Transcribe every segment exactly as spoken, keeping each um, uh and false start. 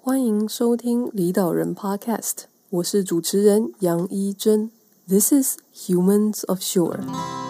欢迎收听离岛人 Podcast， 我是主持人杨一真。This is Humans of Shore。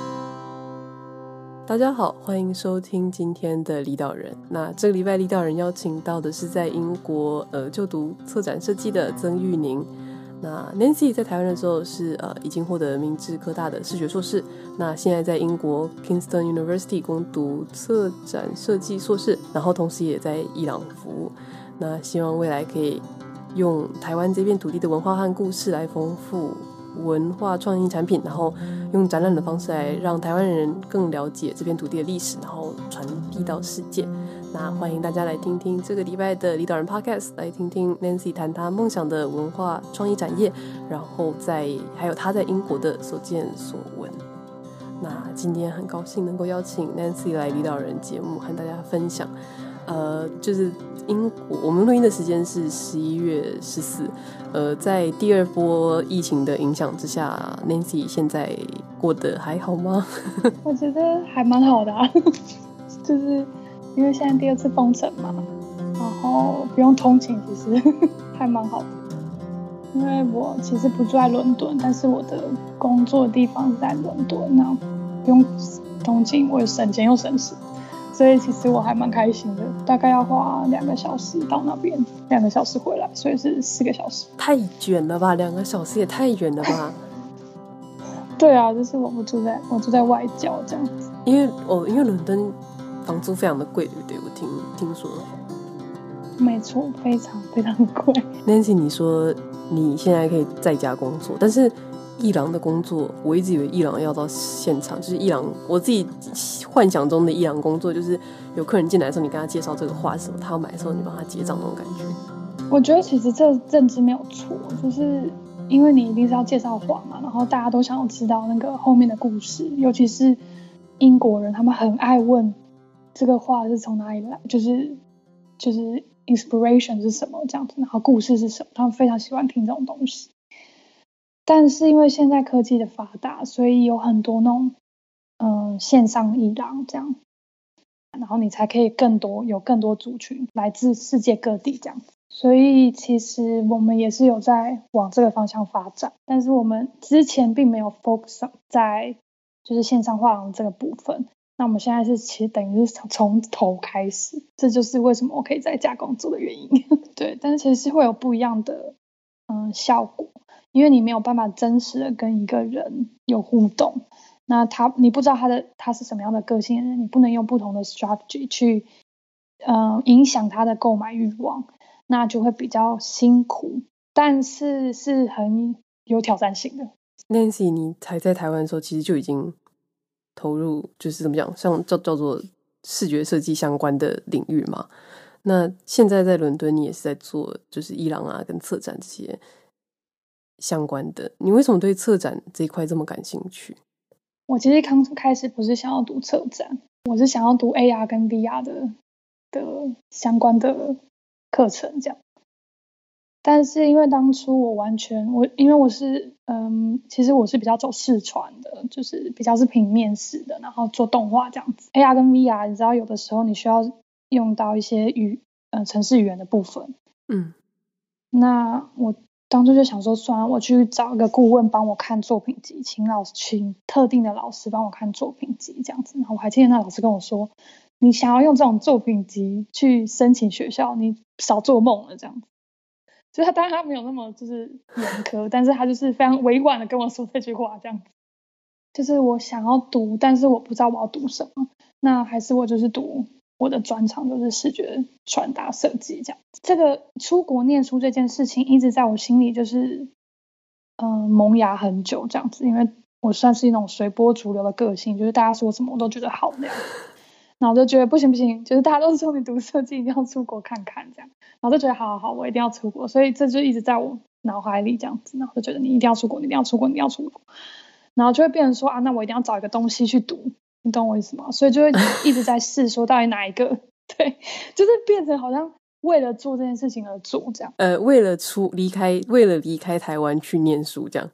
大家好，欢迎收听今天的离岛人。那这个礼拜离岛人邀请到的是在英国呃就读策展设计的曾玉宁。那 Nancy 在台湾的时候是呃已经获得明治科大的视觉硕士，那现在在英国 Kingston University 攻读策展设计硕士，然后同时也在伊朗服务。那希望未来可以用台湾这片土地的文化和故事来丰富文化创意产品，然后用展览的方式来让台湾人更了解这片土地的历史，然后传递到世界。那欢迎大家来听听这个礼拜的离岛人 Podcast， 来听听 Nancy 谈她梦想的文化创意产业，然后在还有她在英国的所见所闻。那今天很高兴能够邀请 Nancy 来离岛人节目和大家分享呃，就是英国我们录音的时间是十一月十四，呃，在第二波疫情的影响之下 Nancy 现在过得还好吗？ 我觉得还蛮好的啊，就是因为现在第二次封城嘛，然后不用通勤，其实还蛮好的。因为我其实不住在伦敦，但是我的工作的地方在伦敦，那不用通勤，我也省钱又省时，所以其实我还蛮开心的。大概要花两个小时到那边，两个小时回来，所以是四个小时。 太远了吧，两个小时也太远了吧。 对啊，就是我不住在我住在外郊这样子。 因为哦，因为伦敦房租非常的贵，对不对？我听听说。 没错，非常非常贵。 Nancy， 你说你现在可以在家工作，但是伊朗的工作，我一直以为伊朗要到现场，就是伊朗我自己幻想中的伊朗工作，就是有客人进来的时候，你跟他介绍这个画是什么，他要买的时候，你帮他结账那种感觉。 我觉得其实这认知没有错，就是因为你一定是要介绍画嘛，然后大家都想要知道那个后面的故事，尤其是英国人，他们很爱问这个画是从哪里来，就是就是 inspiration 是什么这样子，然后故事是什么，他们非常喜欢听这种东西。但是因为现在科技的发达，所以有很多那种嗯、呃、线上艺廊这样，然后你才可以更多有更多族群来自世界各地这样子。所以其实我们也是有在往这个方向发展，但是我们之前并没有 focus 在就是线上画廊这个部分。那我们现在是其实等于是从头开始，这就是为什么我可以在家工作的原因。对，但是其实是会有不一样的嗯效果，因为你没有办法真实的跟一个人有互动，那他你不知道他的他是什么样的个性的人，你不能用不同的 strategy 去呃影响他的购买欲望，那就会比较辛苦，但是是很有挑战性的。 Nancy， 你才在台湾的时候，其实就已经投入，就是怎么讲，像叫叫做视觉设计相关的领域嘛。那现在在伦敦，你也是在做就是伊朗啊跟策展这些相关的。你为什么对策展这一块这么感兴趣？ 我其实刚开始不是想要读策展，我是想要读 A R 跟 V R 的的相关的课程这样。但是因为当初我完全我因为我是嗯，其实我是比较走视传的，就是比较是平面式的，然后做动画这样子。A R 跟 V R 你知道有的时候你需要用到一些语呃程式语言的部分。嗯，那我当初就想说算了，我去找一个顾问帮我看作品集，请老师请特定的老师帮我看作品集这样子。然后我还记得那老师跟我说，你想要用这种作品集去申请学校，你少做梦了这样子。所以他当然他没有那么就是严苛，但是他就是非常委婉的跟我说这句话这样子。就是我想要读，但是我不知道我要读什么，那还是我就是读我的专长就是视觉传达设计这样。这个出国念书这件事情一直在我心里就是嗯、呃、萌芽很久这样子，因为我算是一种随波逐流的个性，就是大家说什么我都觉得好那样。然后我就觉得不行不行，就是大家都说你读设计一定要出国看看这样，然后就觉得好好好，我一定要出国，所以这就一直在我脑海里这样子，然后就觉得你一定要出国，你一定要出国，你一定要出国，然后就会变成说啊，那我一定要找一个东西去读，你懂我意思吗？所以就会一直在试说到底哪一个，对，就是变成好像为了做这件事情而做这样， 呃，为了出离开，为了离开台湾去念书这样。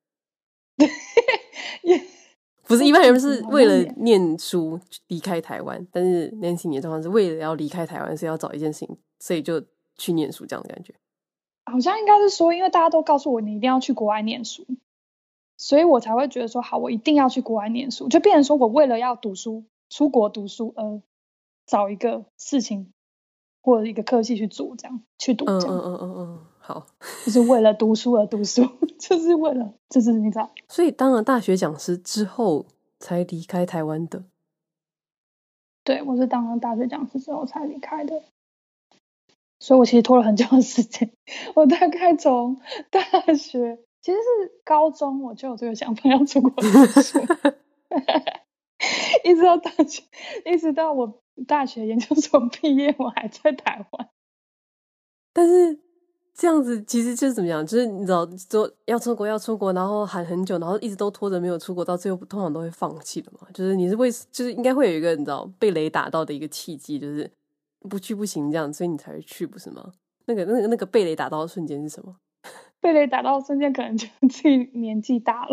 不是一般人是为了念书离开台湾，但是 Nancy 你的状况是为了要离开台湾，所以要找一件事情，所以就去念书这样的感觉？ 好像应该是说，因为大家都告诉我你一定要去国外念书，所以我才会觉得说好，我一定要去国外念书，就变成说我为了要读书出国读书而找一个事情或者一个科系去做，这样去读这样。 嗯嗯嗯嗯嗯，好， 就是为了读书而读书，就是为了就是你知道。 所以当了大学讲师之后才离开台湾的。 对，我是当了大学讲师之后才离开的，所以我其实拖了很久的时间。我大概从大学，其实是高中我就有这个想法要出国读书，一直到大学，一直到我大学研究所毕业，我还在台湾。 但是这样子其实就是怎么样，就是你知道说要出国要出国，然后喊很久，然后一直都拖着没有出国，到最后通常都会放弃了嘛。就是你是为就是应该会有一个你知道被雷打到的一个契机，就是不去不行这样，所以你才会去，不是吗？那个那个那个被雷打到的瞬间是什么？ 被雷打到的瞬间可能就自己年纪大了。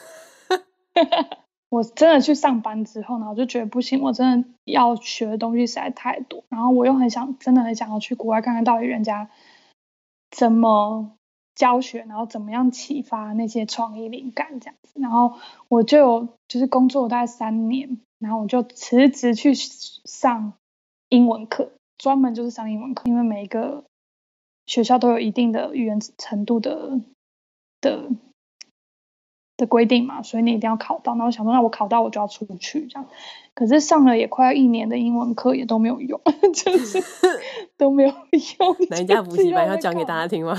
我真的去上班之后呢，我就觉得不行，我真的要学的东西实在太多，然后我又很想，真的很想要去国外看看到底人家怎么教学，然后怎么样启发那些创意灵感这样子。然后我就有就是工作大概三年，然后我就辞职去上英文课，专门就是上英文课，因为每一个学校都有一定的语言程度的的的规定嘛，所以你一定要考到。然后我想说，那我考到我就要出去这样。可是上了也快要一年的英文课也都没有用，就是都没有用。 哪一家补习班要讲给大家听吗？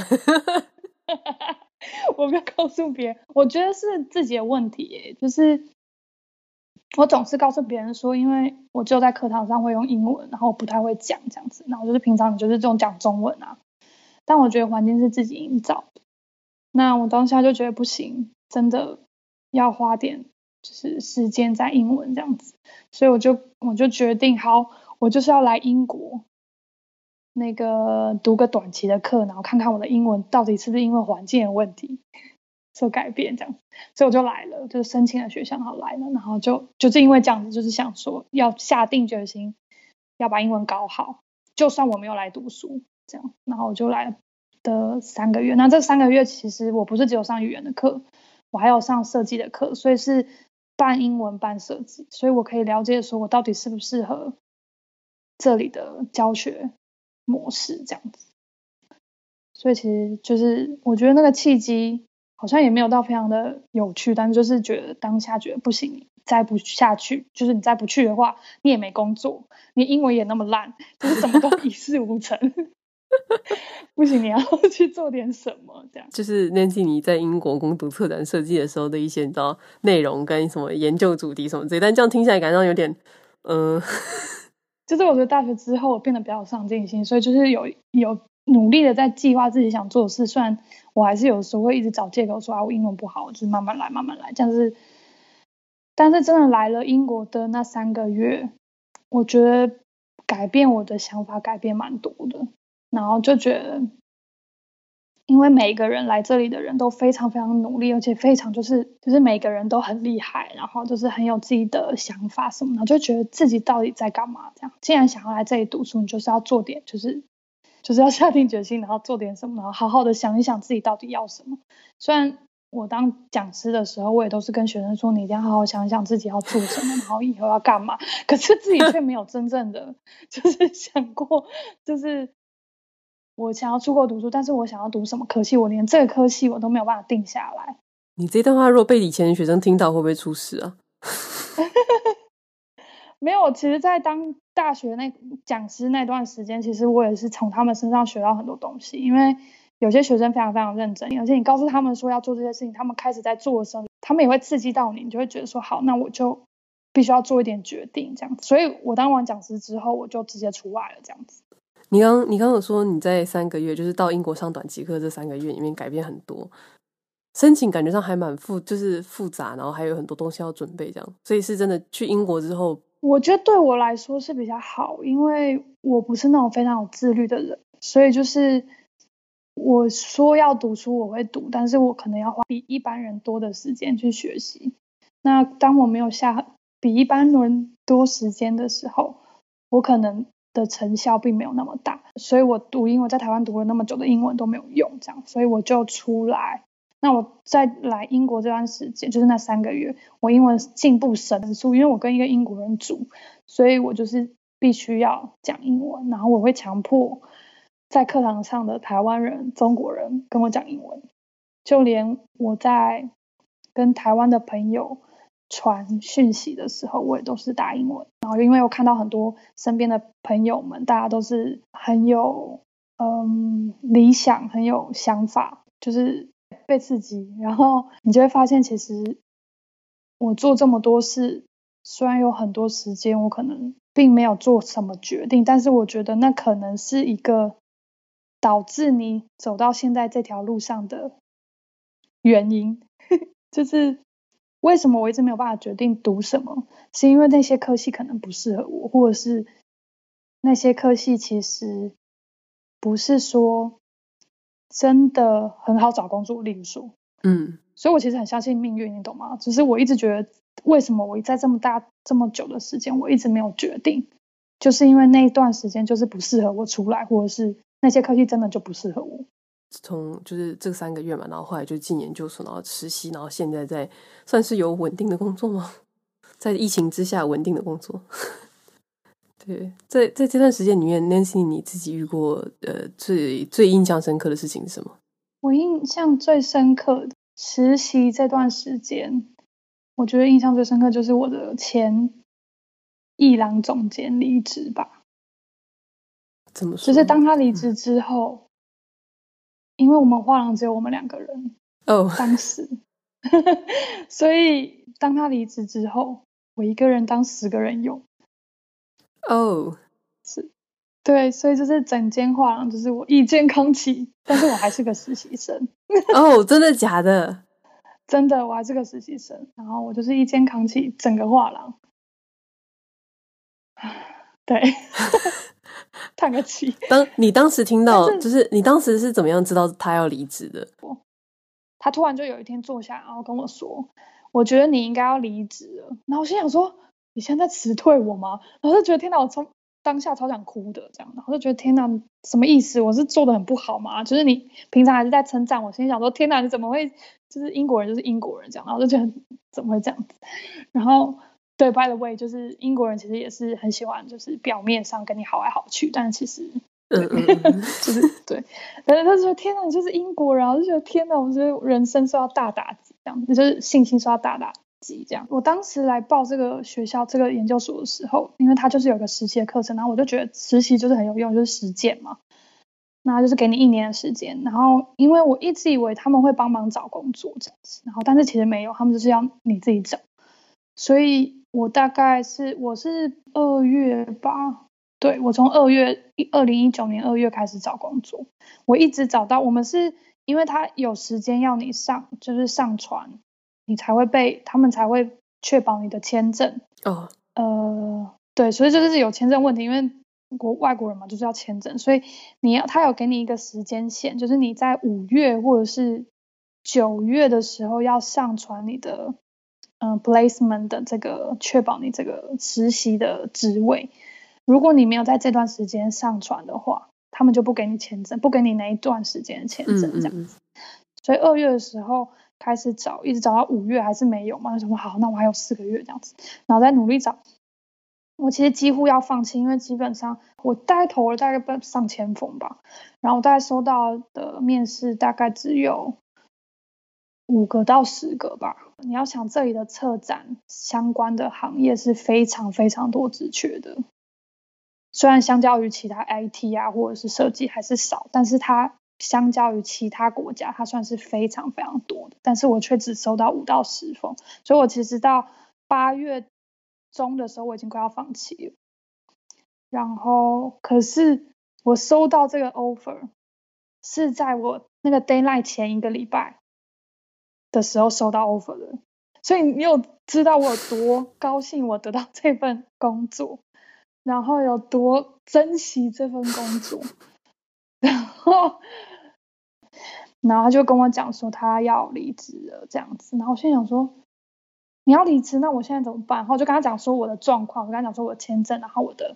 我不要告诉别人，我觉得是自己的问题耶，就是我总是告诉别人说，因为我只有在课堂上会用英文，然后我不太会讲这样子，然后就是平常你就是这种讲中文啊。但我觉得环境是自己营造的，那我当下就觉得不行，真的要花点就是时间在英文这样子，所以我就我就决定，好，我就是要来英国那个读个短期的课，然后看看我的英文到底是不是因为环境的问题受改变这样，所以我就来了，就申请了学校，然后来了，然后就就是因为这样子，就是想说要下定决心要把英文搞好，就算我没有来读书这样，然后我就来的三个月。那这三个月其实我不是只有上语言的课，我还有上设计的课，所以是半英文半设计，所以我可以了解说我到底适不适合这里的教学模式这样子。所以其实就是我觉得那个契机好像也没有到非常的有趣，但就是觉得当下觉得不行，再不下去，就是你再不去的话，你也没工作，你英文也那么烂，就是什么都一事无成。不行，你要去做点什么这样。 就是 Nancy 你在英国攻读策展设计的时候的一些你知道内容跟什么研究主题什么之类，但这样听起来感觉有点嗯、呃， 就是我觉得大学之后我变得比较有上进心，所以就是有有努力的在计划自己想做的事，虽然我还是有时候会一直找借口说啊我英文不好，就是慢慢来慢慢来这样子。但是真的来了英国的那三个月，我觉得改变我的想法改变蛮多的，然后就觉得因为每个人来这里的人都非常非常努力，而且非常就是就是每个人都很厉害，然后就是很有自己的想法什么的，就觉得自己到底在干嘛这样。既然想要来这里读书，你就是要做点就是就是要下定决心，然后做点什么，然后好好的想一想自己到底要什么。虽然我当讲师的时候，我也都是跟学生说你一定要好好想一想自己要做什么，然后以后要干嘛，可是自己却没有真正的就是想过就是我想要出国读书，但是我想要读什么科系，我连这个科系我都没有办法定下来。 你这段话如果被以前的学生听到会不会出事啊？ 没有，其实在当大学那讲师那段时间，其实我也是从他们身上学到很多东西，因为有些学生非常非常认真，而且你告诉他们说要做这些事情，他们开始在做的时候，他们也会刺激到你，你就会觉得说好，那我就必须要做一点决定这样子。所以我当完讲师之后，我就直接出来了这样子。 你刚你刚刚有说你在三个月，就是到英国上短期课这三个月里面改变很多，申请感觉上还蛮复就是复杂，然后还有很多东西要准备这样，所以是真的去英国之后， 我觉得对我来说是比较好，因为我不是那种非常有自律的人，所以就是我说要读书我会读，但是我可能要花比一般人多的时间去学习。那当我没有下比一般人多时间的时候，我可能的成效并没有那么大，所以我读英文在台湾读了那么久的英文都没有用，这样，所以我就出来。那我在来英国这段时间，就是那三个月，我英文进步神速，因为我跟一个英国人住，所以我就是必须要讲英文，然后我会强迫在课堂上的台湾人、中国人跟我讲英文，就连我在跟台湾的朋友传讯息的时候，我也都是打英文。然后因为我看到很多身边的朋友们，大家都是很有嗯理想，很有想法，就是被刺激，然后你就会发现，其实我做这么多事，虽然有很多时间，我可能并没有做什么决定，但是我觉得那可能是一个导致你走到现在这条路上的原因。就是为什么我一直没有办法决定读什么，是因为那些科系可能不适合我，或者是那些科系其实不是说真的很好找工作，例如说嗯， 所以我其实很相信命运，你懂吗？只是我一直觉得为什么我在这么大这么久的时间我一直没有决定，就是因为那一段时间就是不适合我出来，或者是那些科系真的就不适合我。 从就是这三个月嘛，然后后来就进研究所，然后实习，然后现在在算是有稳定的工作吗？在疫情之下稳定的工作。对，在在这段时间里面 Nancy 你自己遇过呃最最印象深刻的事情是什么？ 我印象最深刻的实习这段时间，我觉得印象最深刻就是我的前艺廊总监离职吧。 怎么说？ 就是当他离职之后、嗯、因为我们画廊只有我们两个人哦、oh. 当时所以当他离职之后，我一个人当十个人用。 哦、oh. 是，对，所以就是整间画廊就是我一肩扛起，但是我还是个实习生。 哦，oh, 真的假的？ 真的，我还是个实习生，然后我就是一肩扛起整个画廊。对，叹个气。 当你当时听到，就是你当时是怎么样知道他要离职的？ 他突然就有一天坐下，然后跟我说：“我觉得你应该要离职了。”然后我心想说：“你现在在辞退我吗？”然后就觉得天哪，我从当下超想哭的，这样，然后就觉得天哪，什么意思？我是做的很不好吗？就是你平常还是在称赞我，心想说：“天哪，你怎么会？就是英国人就是英国人这样。”然后就觉得怎么会这样子？然后对 ，by the way， 就是英国人其实也是很喜欢，就是表面上跟你好来好去，但其实。嗯嗯嗯，就是对，但是他就觉得天哪，你就是英国人，我就觉得天哪，我觉得人生受到大打击，这样子就是信心受到大打击，这样。我当时来报这个学校这个研究所的时候，因为他就是有个实习的课程，然后我就觉得实习就是很有用，就是实践嘛，那就是给你一年的时间，然后因为我一直以为他们会帮忙找工作这样子，然后但是其实没有，他们就是要你自己找，所以我大概是我是二月吧。对，我从二月二零一九年二月开始找工作，我一直找到。我们是因为他有时间要你上，就是上传，你才会被他们才会确保你的签证。 哦， 呃，对，所以这就是有签证问题，因为国外国人嘛，就是要签证，所以你要他有给你一个时间线，就是你在五月或者是九月的时候要上传你的嗯、呃、placement 的这个确保你这个实习的职位。如果你没有在这段时间上传的话，他们就不给你签证，不给你那一段时间的签证这样子。嗯嗯嗯，所以二月的时候开始找，一直找到五月还是没有嘛，就说好，那我还有四个月这样子，然后再努力找。我其实几乎要放弃，因为基本上我大概投了大概上千封吧，然后我大概收到的面试大概只有五个到十个吧。你要想这里的策展相关的行业是非常非常多职缺的。虽然相较于其他 I T 啊或者是设计还是少，但是它相较于其他国家它算是非常非常多的，但是我却只收到五到十封，所以我其实到八月中的时候我已经快要放弃了。然后可是我收到这个 offer 是在我那个 deadline 前一个礼拜的时候收到 offer 的，所以你有知道我有多高兴我得到这份工作，然后有多珍惜这份工作。然后然后他就跟我讲说他要离职了这样子，然后我现在想说你要离职，那我现在怎么办？然后我就跟他讲说我的状况，我跟他讲说我的签证，然后我的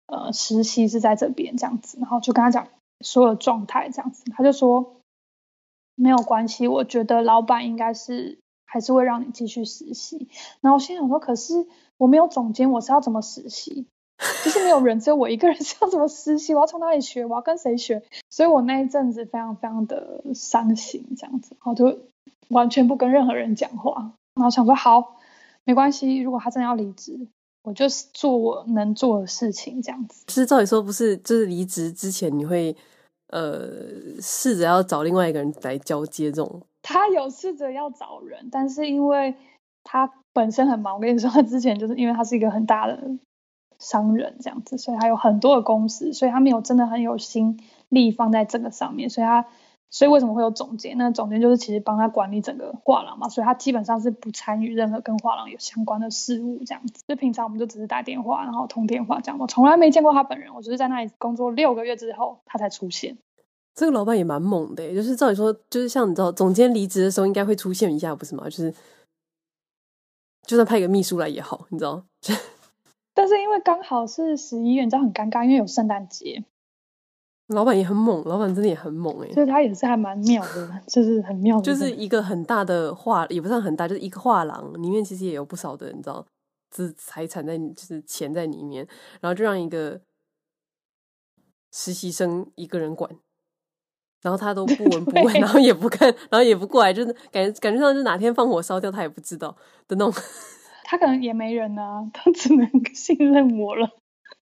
呃实习是在这边这样子，然后就跟他讲所有的状态这样子，他就说没有关系，我觉得老板应该是还是会让你继续实习。然后我心想说，可是我没有总监，我是要怎么实习？就是没有人，只有我一个人，是要怎么实习？我要从哪里学？我要跟谁学？所以我那一阵子非常非常的伤心，这样子，然后就完全不跟任何人讲话。然后想说，好，没关系，如果他真的要离职，我就做我能做的事情，这样子。 就是照理说，不是就是离职之前你会呃试着要找另外一个人来交接这种？ 他有试着要找人，但是因为他本身很忙，我跟你说，他之前就是因为他是一个很大的商人这样子，所以他有很多的公司，所以他没有真的很有心力放在这个上面，所以他所以为什么会有总监？那总监就是其实帮他管理整个画廊嘛，所以他基本上是不参与任何跟画廊有相关的事务这样子。就平常我们就只是打电话，然后通电话这样，我从来没见过他本人，我就是在那里工作六个月之后他才出现。 这个老板也蛮猛的耶，就是照理说，就是像你知道，总监离职的时候应该会出现一下，不是吗？就是就算派个秘书来也好，你知道。 但是因为刚好是十一月，你知道很尴尬，因为有圣诞节。 老板也很猛，老板真的也很猛哎， 所以他也是还蛮妙的，就是很妙的， 就是一个很大的画，也不算很大，就是一个画廊里面其实也有不少的，你知道，资财产在，就是钱在里面，然后就让一个实习生一个人管。然后他都不闻不问，然后也不看，然后也不过来，就是感觉感觉上就是哪天放火烧掉他也不知道的那种。 他可能也没人啊，他只能信任我了。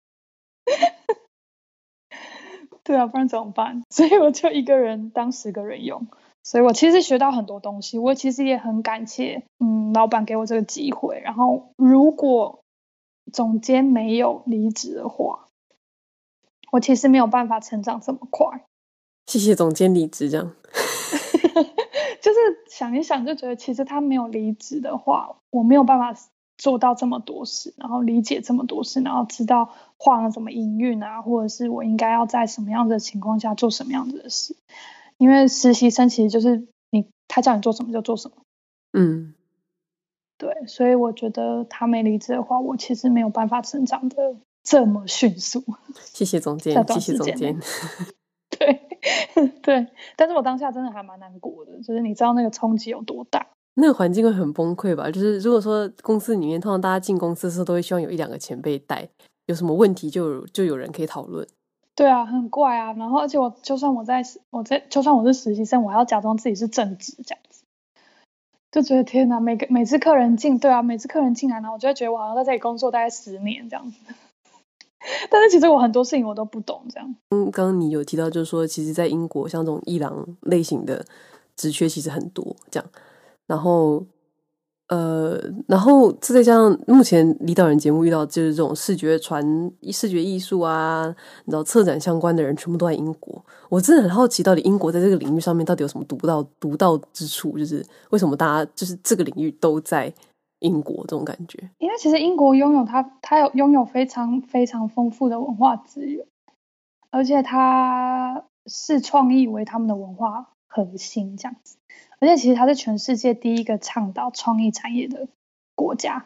对啊，不然怎么办？所以我就一个人当十个人用，所以我其实学到很多东西。我其实也很感谢，嗯，老板给我这个机会。然后如果总监没有离职的话，我其实没有办法成长这么快。 谢谢总监离职，这样。 就是想一想就觉得，其实他没有离职的话，我没有办法做到这么多事，然后理解这么多事，然后知道画廊怎么营运啊，或者是我应该要在什么样的情况下做什么样子的事。因为实习生其实就是你，他叫你做什么就做什么。 嗯， 对，所以我觉得他没离职的话，我其实没有办法成长的这么迅速。 谢谢总监，谢谢总监。 对对，但是我当下真的还蛮难过的，就是你知道那个冲击有多大。 那个环境会很崩溃吧？就是如果说公司里面通常大家进公司的时候都会希望有一两个前辈带，有什么问题就有就有人可以讨论。 对啊，很怪啊。然后而且我就算我在我在就算我是实习生，我还要假装自己是正职这样子，就觉得天哪，每个每次客人进，对啊，每次客人进来呢，我就会觉得我好像在这里工作大概十年这样子。但是其实我很多事情我都不懂这样。 嗯，刚刚你有提到就是说，其实在英国像这种艺廊类型的职缺其实很多这样，然后呃，然后这再加上目前离岛人节目遇到就是这种视觉传视觉艺术啊，你知道策展相关的人全部都在英国。我真的很好奇，到底英国在这个领域上面到底有什么独到独到之处，就是为什么大家就是这个领域都在英国这种感觉。 因为其实英国拥有它它有拥有非常非常丰富的文化资源，而且它视创意为他们的文化核心这样子，而且其实它是全世界第一个倡导创意产业的国家。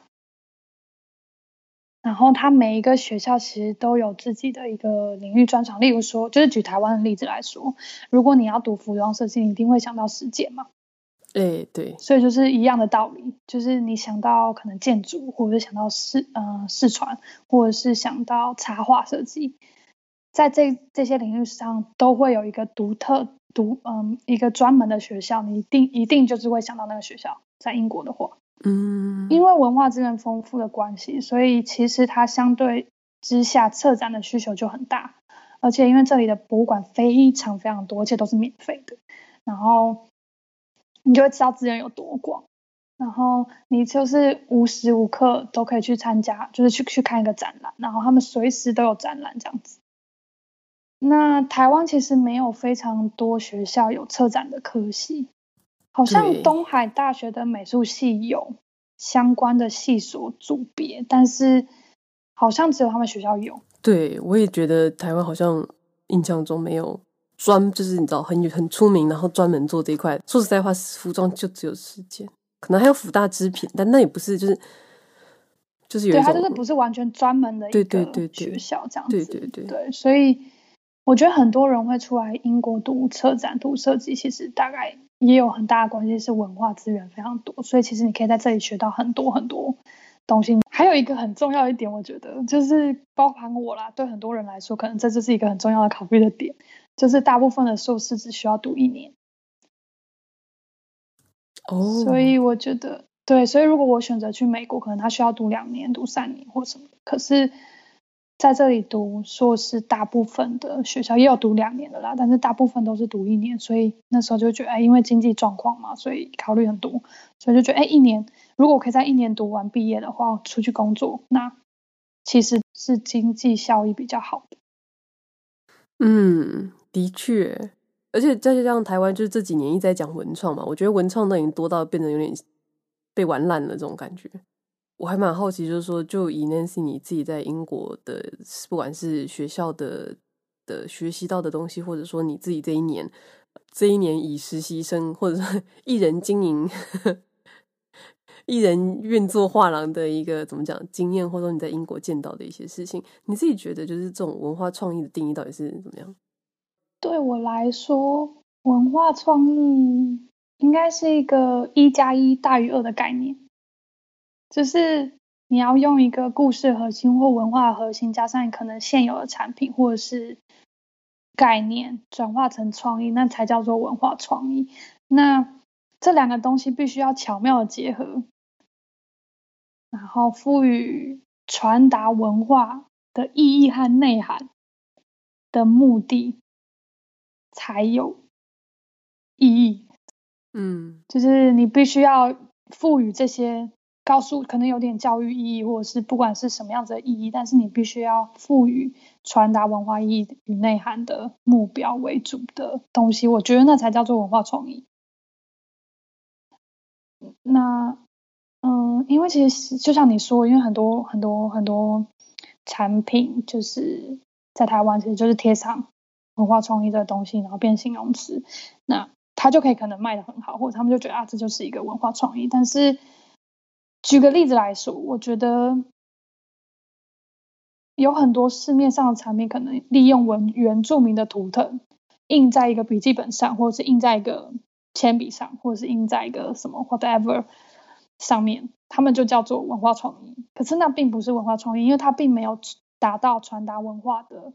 然后它每一个学校其实都有自己的一个领域专长，例如说就是举台湾的例子来说，如果你要读服装设计，你一定会想到实践嘛。 哎，对， 所以就是一样的道理，就是你想到可能建筑，或者是想到视呃视传，或者是想到插画设计，在这这些领域上都会有一个独特独嗯一个专门的学校，你一定一定就是会想到那个学校。在英国的话， 嗯， 因为文化资源丰富的关系，所以其实它相对之下策展的需求就很大，而且因为这里的博物馆非常非常多，而且都是免费的，然后你就会知道资源有多广，然后你就是无时无刻都可以去参加，就是去去看一个展览，然后他们随时都有展览这样子。那台湾其实没有非常多学校有策展的科系，好像东海大学的美术系有相关的系所组别，但是好像只有他们学校有。 对，我也觉得台湾好像印象中没有专，就是你知道很很出名，然后专门做这一块。说实在话，服装就只有十件，可能还有辅大织品，但那也不是就是就就是有一种对，它就是不是完全专门的一对对个对对学校这样子。 对对对对，所以我觉得很多人会出来英国读策展、读设计，其实大概也有很大的关系是文化资源非常多，所以其实你可以在这里学到很多很多东西。还有一个很重要一点，我觉得就是包含我啦，对很多人来说，可能这就是一个很重要的考虑的点，就是大部分的硕士只需要读一年。 哦， 所以我觉得对，所以如果我选择去美国，可能他需要读两年、读三年或什么的。可是在这里读硕士，大部分的学校也有读两年的啦，但是大部分都是读一年。所以那时候就觉得，哎，因为经济状况嘛，所以考虑很多，所以就觉得，哎，一年如果我可以在一年读完毕业的话，出去工作，那其实是经济效益比较好的。 嗯，的确。而且再加上台湾就是这几年一直在讲文创嘛，我觉得文创都已经多到变得有点被玩烂了这种感觉。我还蛮好奇，就是说，就以 Nancy 你自己在英国的，不管是学校的的学习到的东西，或者说你自己这一年这一年以实习生或者说一人经营一人运作画廊的一个怎么讲经验，或者说你在英国见到的一些事情，你自己觉得就是这种文化创意的定义到底是怎么样？ 对我来说，文化创意应该是一个一加一大于二的概念，就是你要用一个故事核心或文化核心，加上你可能现有的产品或者是概念转化成创意，那才叫做文化创意。那这两个东西必须要巧妙的结合，然后赋予传达文化的意义和内涵的目的才有意义。 嗯， 就是你必须要赋予这些，告诉可能有点教育意义，或者是不管是什么样子的意义，但是你必须要赋予传达文化意义与内涵的目标为主的东西，我觉得那才叫做文化创意。那嗯，因为其实就像你说，因为很多很多很多产品就是在台湾其实就是贴上文化创意这个东西，然后变形容词，那它就可以可能卖得很好，或者他们就觉得啊这就是一个文化创意。但是举个例子来说，我觉得有很多市面上的产品可能利用文原住民的图腾印在一个笔记本上，或者是印在一个铅笔上，或者是印在一个什么 whatever 上面，他们就叫做文化创意。可是那并不是文化创意，因为它并没有达到传达文化的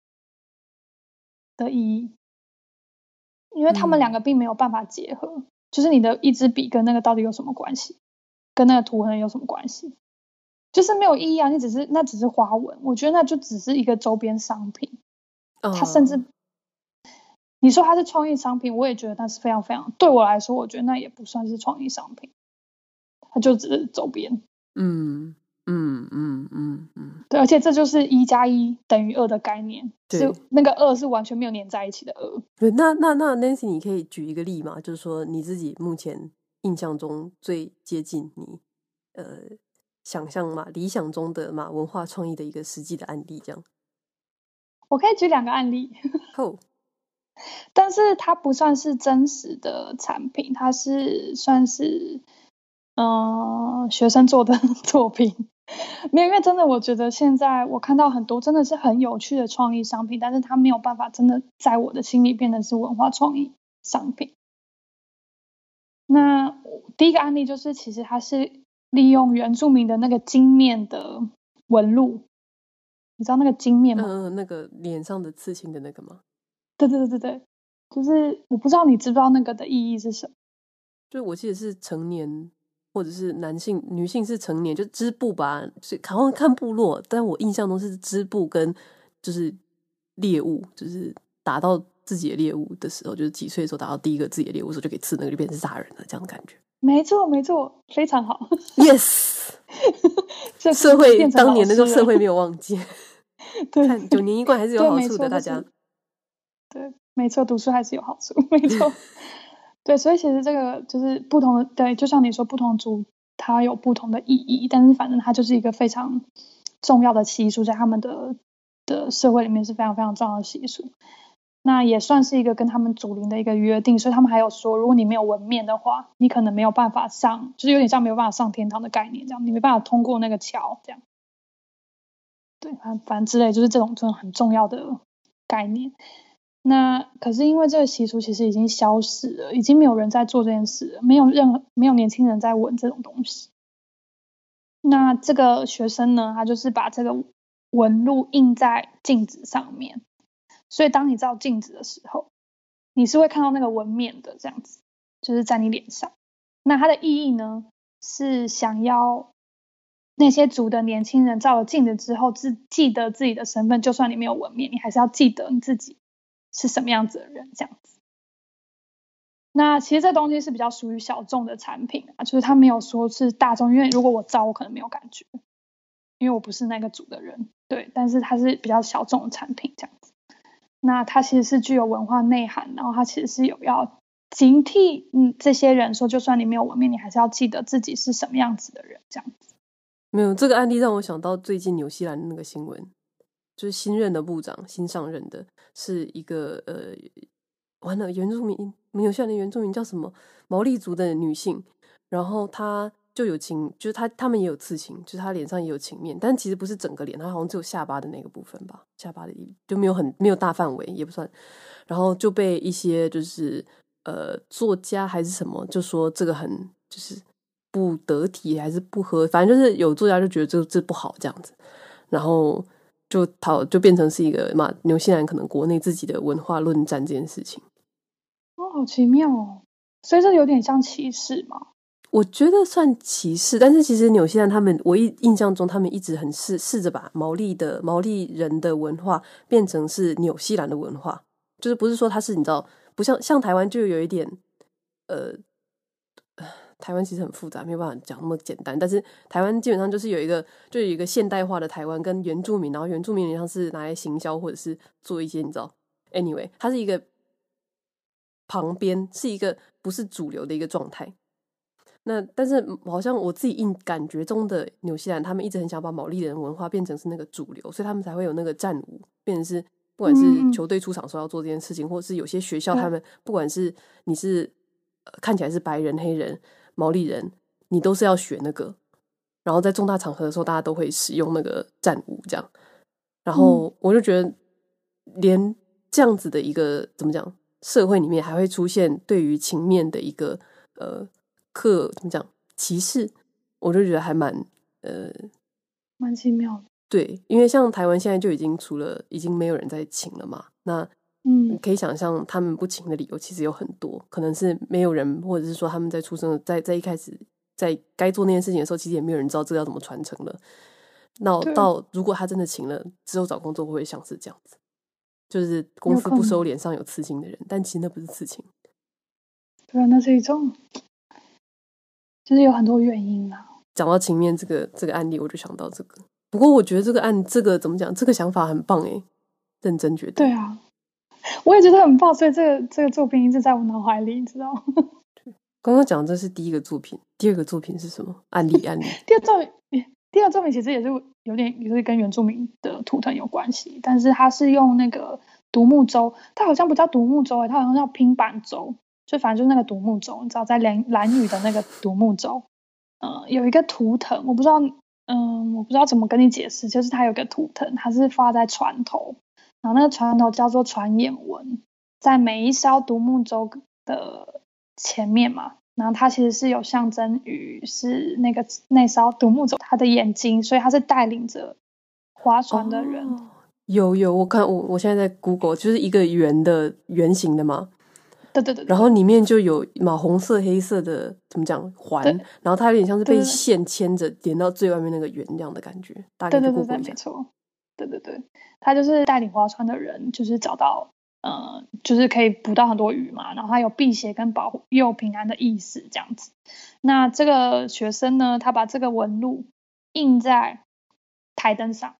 的意义，因为他们两个并没有办法结合。嗯、就是你的一支笔跟那个到底有什么关系，跟那个图腾有什么关系？就是没有意义啊！你只是那只是花纹，我觉得那就只是一个周边商品。 哦、 它甚至你说它是创意商品，我也觉得那是非常非常，对我来说，我觉得那也不算是创意商品，它就只是周边。 嗯嗯嗯嗯嗯， 对，而且这就是一加一等于二的概念，是那个二是完全没有粘在一起的二。 对，那那那 Nancy， 你可以举一个例吗？就是说你自己目前印象中最接近你呃想象嘛、理想中的嘛文化创意的一个实际的案例，这样。 我可以举两个案例。 哦， 但是它不算是真实的产品，它是算是嗯、呃、学生做的作品。没有，因为真的我觉得现在我看到很多真的是很有趣的创意商品，但是它没有办法真的在我的心里变得是文化创意商品。那第一个案例就是，其实它是利用原住民的那个金面的纹路，你知道那个金面吗？ 嗯、呃，那个脸上的刺青的那个吗？ 对对对对对，就是我不知道你知不知道那个的意义是什么？ 就我记得是成年，或者是男性、女性是成年，就织布吧，是好像看部落，但我印象中是织布跟就是猎物，就是打到自己的猎物的时候，就是几岁的时候打到第一个自己的猎物的时候就可以刺那个，就变成杀人了，这样的感觉。 没错没错，非常好。 Yes， 社会当年那个社会没有忘记。 对， 看九年一贯还是有好处的，大家。 对，没错，读书还是有好处，没错。对，所以其实这个就是不同的，对，就像你说，不同族它有不同的意义，但是反正它就是一个非常重要的习俗，在他们的的社会里面是非常非常重要的习俗。 那也算是一个跟他们祖灵的一个约定，所以他们还有说，如果你没有纹面的话，你可能没有办法上，就是有点像没有办法上天堂的概念，这样你没办法通过那个桥，这样。对，反正之类就是这种这种很重要的概念。那可是因为这个习俗其实已经消失了，已经没有人在做这件事了，没有任何没有年轻人在纹这种东西。那这个学生呢，他就是把这个纹路印在镜子上面，所以当你照镜子的时候，你是会看到那个纹面的，这样子就是在你脸上。那它的意义呢，是想要那些族的年轻人照了镜子之后，自记得自己的身份，就算你没有纹面，你还是要记得你自己是什么样子的人，这样子。那其实这东西是比较属于小众的产品啊，就是它没有说是大众，因为如果我照我可能没有感觉，因为我不是那个组的人，对，但是它是比较小众的产品这样子。那它其实是具有文化内涵，然后它其实是有要警惕嗯这些人说，就算你没有纹面，你还是要记得自己是什么样子的人这样子。 没有，这个案例让我想到最近纽西兰的那个新闻，就是新任的部长新上任的是一个呃，完了原住民，纽西兰的原住民叫什么毛利族的女性，然后她就有情，就是她他们也有刺青，就是她脸上也有情面，但其实不是整个脸，她好像只有下巴的那个部分吧，下巴的就没有很没有大范围，也不算，然后就被一些就是呃作家还是什么就说这个很就是不得体还是不合，反正就是有作家就觉得这这不好这样子，然后就讨就变成是一个嘛纽西兰可能国内自己的文化论战这件事情。 哦，好奇妙哦！所以这有点像歧视吗？ 我觉得算歧视，但是其实纽西兰他们，我印象中他们一直很试试着把毛利的毛利人的文化变成是纽西兰的文化，就是不是说它是你知道，不像像台湾就有一点，呃，台湾其实很复杂，没有办法讲那么简单。但是台湾基本上就是有一个，就有一个现代化的台湾跟原住民，然后原住民像是拿来行销或者是做一些你知道 ，anyway， 它是一个旁边是一个不是主流的一个状态。那但是好像我自己印感觉中的纽西兰，他们一直很想把毛利人文化变成是那个主流，所以他们才会有那个战舞，变成是不管是球队出场时候要做这件事情，或者是有些学校他们不管是你是、呃、看起来是白人、黑人、毛利人，你都是要学那个，然后在重大场合的时候，大家都会使用那个战舞这样。然后我就觉得，连这样子的一个怎么讲，社会里面还会出现对于情面的一个呃。课怎么讲歧视，我就觉得还蛮呃蛮奇妙的。 对，因为像台湾现在就已经除了已经没有人在请了嘛，那嗯，可以想象他们不请的理由其实有很多，可能是没有人，或者是说他们在出生在在一开始在该做那件事情的时候，其实也没有人知道这个要怎么传承了。那到如果他真的请了之后找工作，会不会像是这样子？就是公司不收脸上有刺青的人，但其实那不是刺青。 对啊，那是一种。就是有很多原因啦。 讲到情面这个这个案例，我就想到这个。不过我觉得这个案这个怎么讲，这个想法很棒诶，认真觉得。 对啊，我也觉得很棒，所以这个这个作品一直在我脑海里，你知道吗？ 刚刚讲的这是第一个作品，第二个作品是什么？案例案例。 第二作品，第二作品其实也是有点也是跟原住民的图腾有关系，但是它是用那个独木舟，它好像不叫独木舟诶，它好像叫拼板舟。就反正就是那个独木舟，你知道在兰兰屿的那个独木舟，呃，有一个图腾，我不知道，嗯、呃，我不知道怎么跟你解释，就是它有个图腾，它是画在船头，然后那个船头叫做船眼纹，在每一艘独木舟的前面嘛，然后它其实是有象征于是那个那艘独木舟它的眼睛，所以它是带领着划船的人。哦、 有有，我看我我现在在 Google， 就是一个圆的圆形的嘛。 对对 对, 对， 然后里面就有嘛红色黑色的怎么讲环，然后它有点像是被线牵着连到最外面那个圆这样的感觉，大概就过过一下。 对对对对，没错，对对对，他就是带领划船的人，就是找到呃，就是可以捕到很多鱼嘛，然后他有辟邪跟保佑平安的意思这样子。那这个学生呢，他把这个纹路印在台灯上，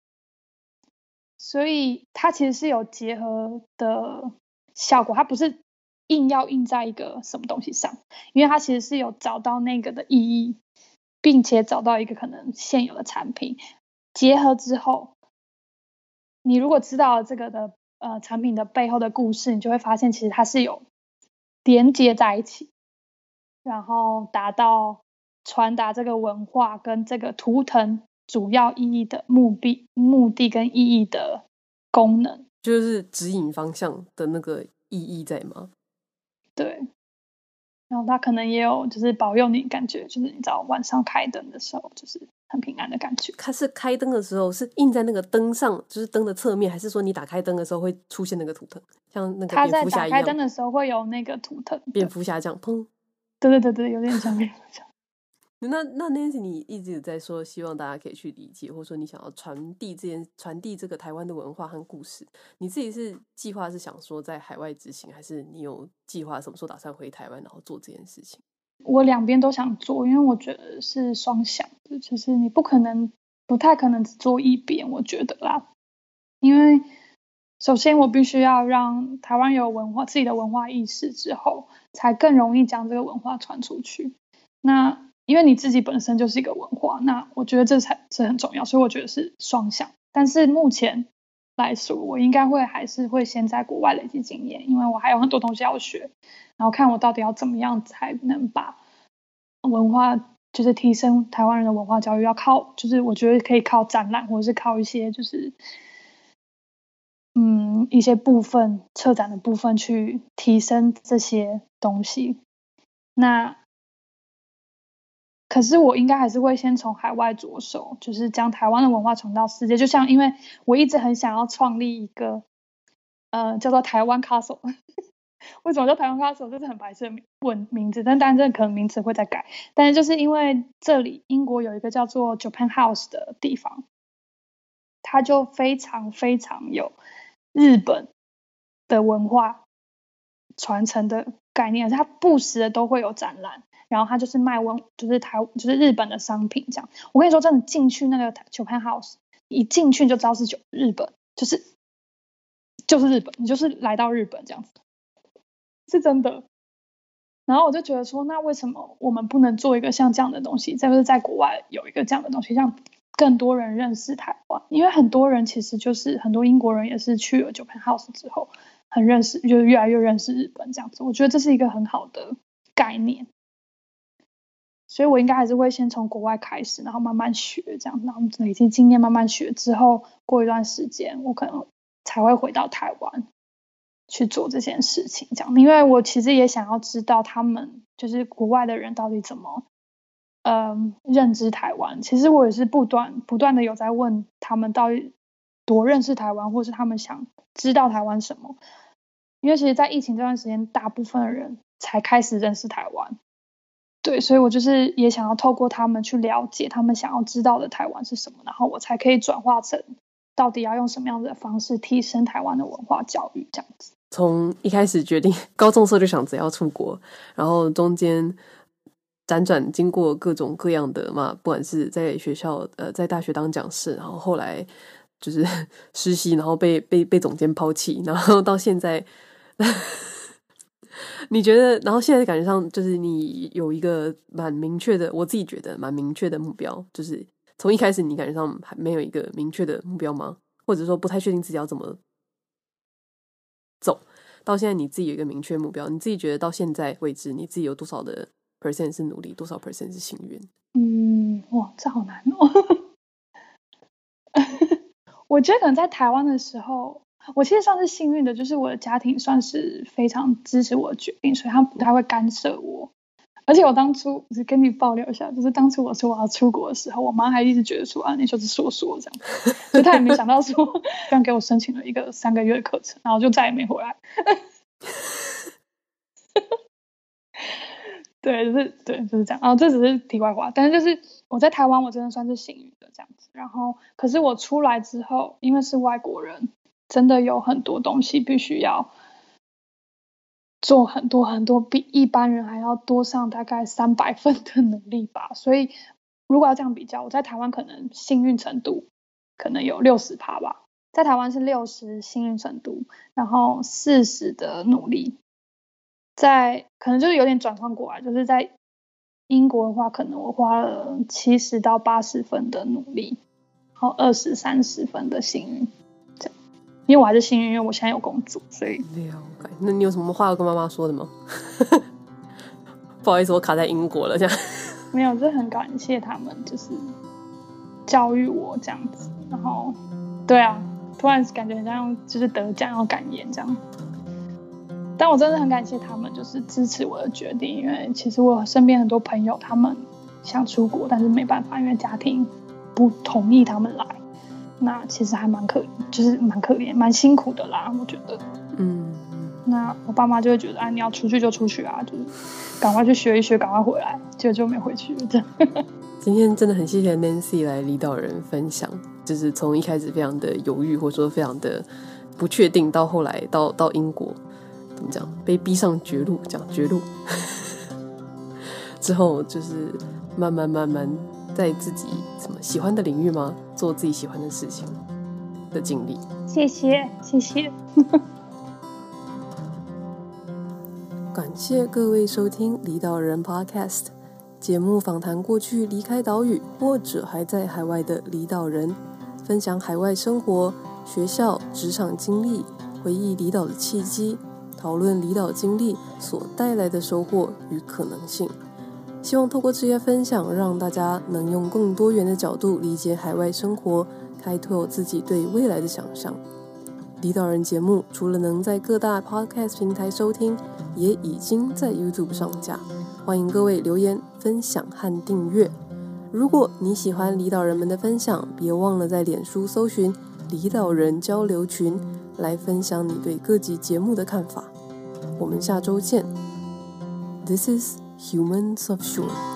所以它其实是有结合的效果，它不是硬要印在一个什么东西上，因为它其实是有找到那个的意义，并且找到一个可能现有的产品结合之后，你如果知道这个的呃产品的背后的故事，你就会发现其实它是有连接在一起，然后达到传达这个文化跟这个图腾主要意义的目的、目的跟意义的功能， 就是指引方向的那个意义在吗？ 对。然后它可能也有就是保佑你感觉就是你知道晚上开灯的时候就是很平安的感觉。 它是开灯的时候是印在那个灯上，就是灯的侧面，还是说你打开灯的时候会出现那个图腾，像那个它在蝙蝠侠一样？ 打开灯的时候会有那个图腾， 蝙蝠侠这样砰。 对对对对，有点像蝙蝠侠。 那那 Nancy 你一直在说希望大家可以去理解，或者说你想要传递这件传递这个台湾的文化和故事，你自己是计划是想说在海外执行，还是你有计划什么时候打算回台湾然后做这件事情？ 我两边都想做，因为我觉得是双向的，就是你不可能不太可能只做一边，我觉得啦。因为首先我必须要让台湾有文化自己的文化意识之后，才更容易将这个文化传出去。那因为你自己本身就是一个文化，那我觉得这才是很重要，所以我觉得是双向。但是目前来说，我应该会还是会先在国外累积经验，因为我还有很多东西要学，然后看我到底要怎么样才能把文化就是提升台湾人的文化教育，要靠就是我觉得可以靠展览，或者是靠一些就是嗯一些部分策展的部分去提升这些东西。那可是我应该还是会先从海外着手，就是将台湾的文化传到世界。就像因为我一直很想要创立一个呃叫做台湾 Castle 为什么叫台湾 Castle？ 这是很白痴的问名字，但当然这可能名词会再改。但是就是因为这里英国有一个叫做 Japan House 的地方，它就非常非常有日本的文化传承的概念，它不时的都会有展览，然后它就是卖文就是台就是日本的商品这样。我跟你说真的，进去那个 Japan House 一进去就知道是日本，就是就是日本，你就是来到日本这样子，是真的。然后我就觉得说，那为什么我们不能做一个像这样的东西，再就是在国外有一个这样的东西，让更多人认识台湾？因为很多人其实就是很多英国人也是去了 Japan House 之后，很认识，就越来越认识日本这样子。我觉得这是一个很好的概念，所以我应该还是会先从国外开始，然后慢慢学这样，然后累积经验，慢慢学之后，过一段时间我可能才会回到台湾去做这件事情这样。因为我其实也想要知道他们就是国外的人到底怎么嗯认知台湾。其实我也是不断不断的有在问他们到底多认识台湾，或是他们想知道台湾什么。因为其实在疫情这段时间，大部分的人才开始认识台湾，对，所以我就是也想要透过他们去了解他们想要知道的台湾是什么，然后我才可以转化成到底要用什么样的方式提升台湾的文化教育这样子。 从一开始决定高中的时候就想着要出国，然后中间辗转经过各种各样的嘛，不管是在学校呃在大学当讲师，然后后来就是实习，然后被被被总监抛弃，然后到现在你觉得，然后现在感觉上就是你有一个蛮明确的，我自己觉得蛮明确的目标，就是从一开始你感觉上还没有一个明确的目标吗？或者说不太确定自己要怎么走，到现在你自己有一个明确目标，你自己觉得到现在为止你自己有多少的 percent 是努力，多少 percent 是幸运？ 嗯，哇，这好难哦。我觉得可能在台湾的时候，我其实算是幸运的，就是我的家庭算是非常支持我的决定，所以他不太会干涉我。而且我当初是跟你爆料一下，就是当初我说我要出国的时候，我妈还一直觉得说啊，你就是说说这样，所以她也没想到说，这样给我申请了一个三个月的课程，然后就再也没回来。对，就是对，就是这样。然后这只是题外话，但是就是我在台湾，我真的算是幸运的这样子。然后，可是我出来之后，因为是外国人，真的有很多东西必须要做很多很多，比一般人还要多上大概三百分的努力吧。所以，如果要这样比较，我在台湾可能幸运程度可能有六十趴吧，在台湾是六十幸运程度，然后四十的努力。在可能就是有点转换过来，就是在英国的话，可能我花了七十到八十分的努力，然后二十三十分的幸运，这样。 因为我还是幸运，因为我现在有工作，所以。 了解。那你有什么话要跟妈妈说的吗？不好意思，我卡在英国了，这样。 没有，就很感谢他们，就是教育我这样子。然后，对啊，突然感觉很像就是得奖要感言这样。但我真的很感谢他们，就是支持我的决定，因为其实我身边很多朋友，他们想出国，但是没办法，因为家庭不同意他们来。那其实还蛮可，就是蛮可怜、蛮辛苦的啦，我觉得。嗯。那我爸妈就会觉得，啊，你要出去就出去啊，就是赶快去学一学，赶快回来，结果就没回去这样。 今天真的很谢谢 Nancy 来离岛人分享，就是从一开始非常的犹豫，或者说非常的不确定，到后来到到英国，怎么讲，被逼上绝路，讲绝路之后，就是慢慢慢慢在自己什么喜欢的领域吗，做自己喜欢的事情的经历。 谢谢，谢谢。 感谢各位收听离岛人 Podcast 节目，访谈过去离开岛屿或者还在海外的离岛人，分享海外生活、学校、职场经历，回忆离岛的契机，讨论离岛经历所带来的收获与可能性。希望透过这些分享，让大家能用更多元的角度理解海外生活，开拓自己对未来的想象。离岛人节目除了能在各大 podcast 平台收听，也已经在 YouTube 上架，欢迎各位留言、分享和订阅。如果你喜欢离岛人们的分享，别忘了在脸书搜寻离岛人交流群，来分享你对各集节目的看法。我们下周见。This is Humans of Shore.